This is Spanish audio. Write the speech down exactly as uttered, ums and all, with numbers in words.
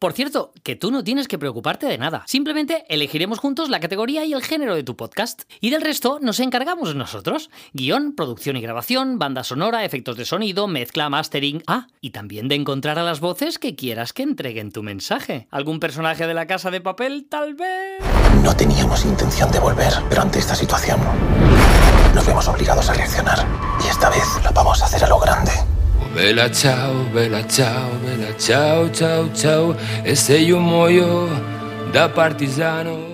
Por cierto, que tú no tienes que preocuparte de nada. Simplemente elegiremos juntos la categoría y el género de tu podcast. Y del resto nos encargamos nosotros. Guión, producción y grabación, banda sonora, efectos de sonido, mezcla, mastering... Ah, y también de encontrar a las voces que quieras que entreguen tu mensaje. ¿Algún personaje de La Casa de Papel, tal vez? No teníamos intención de volver, pero ante esta situación nos vemos obligados a reaccionar. Y esta vez la vamos a hacer a lo grande. Bella ciao, bella ciao, bella ciao, ciao, ciao. E sei un muoio da partigiano.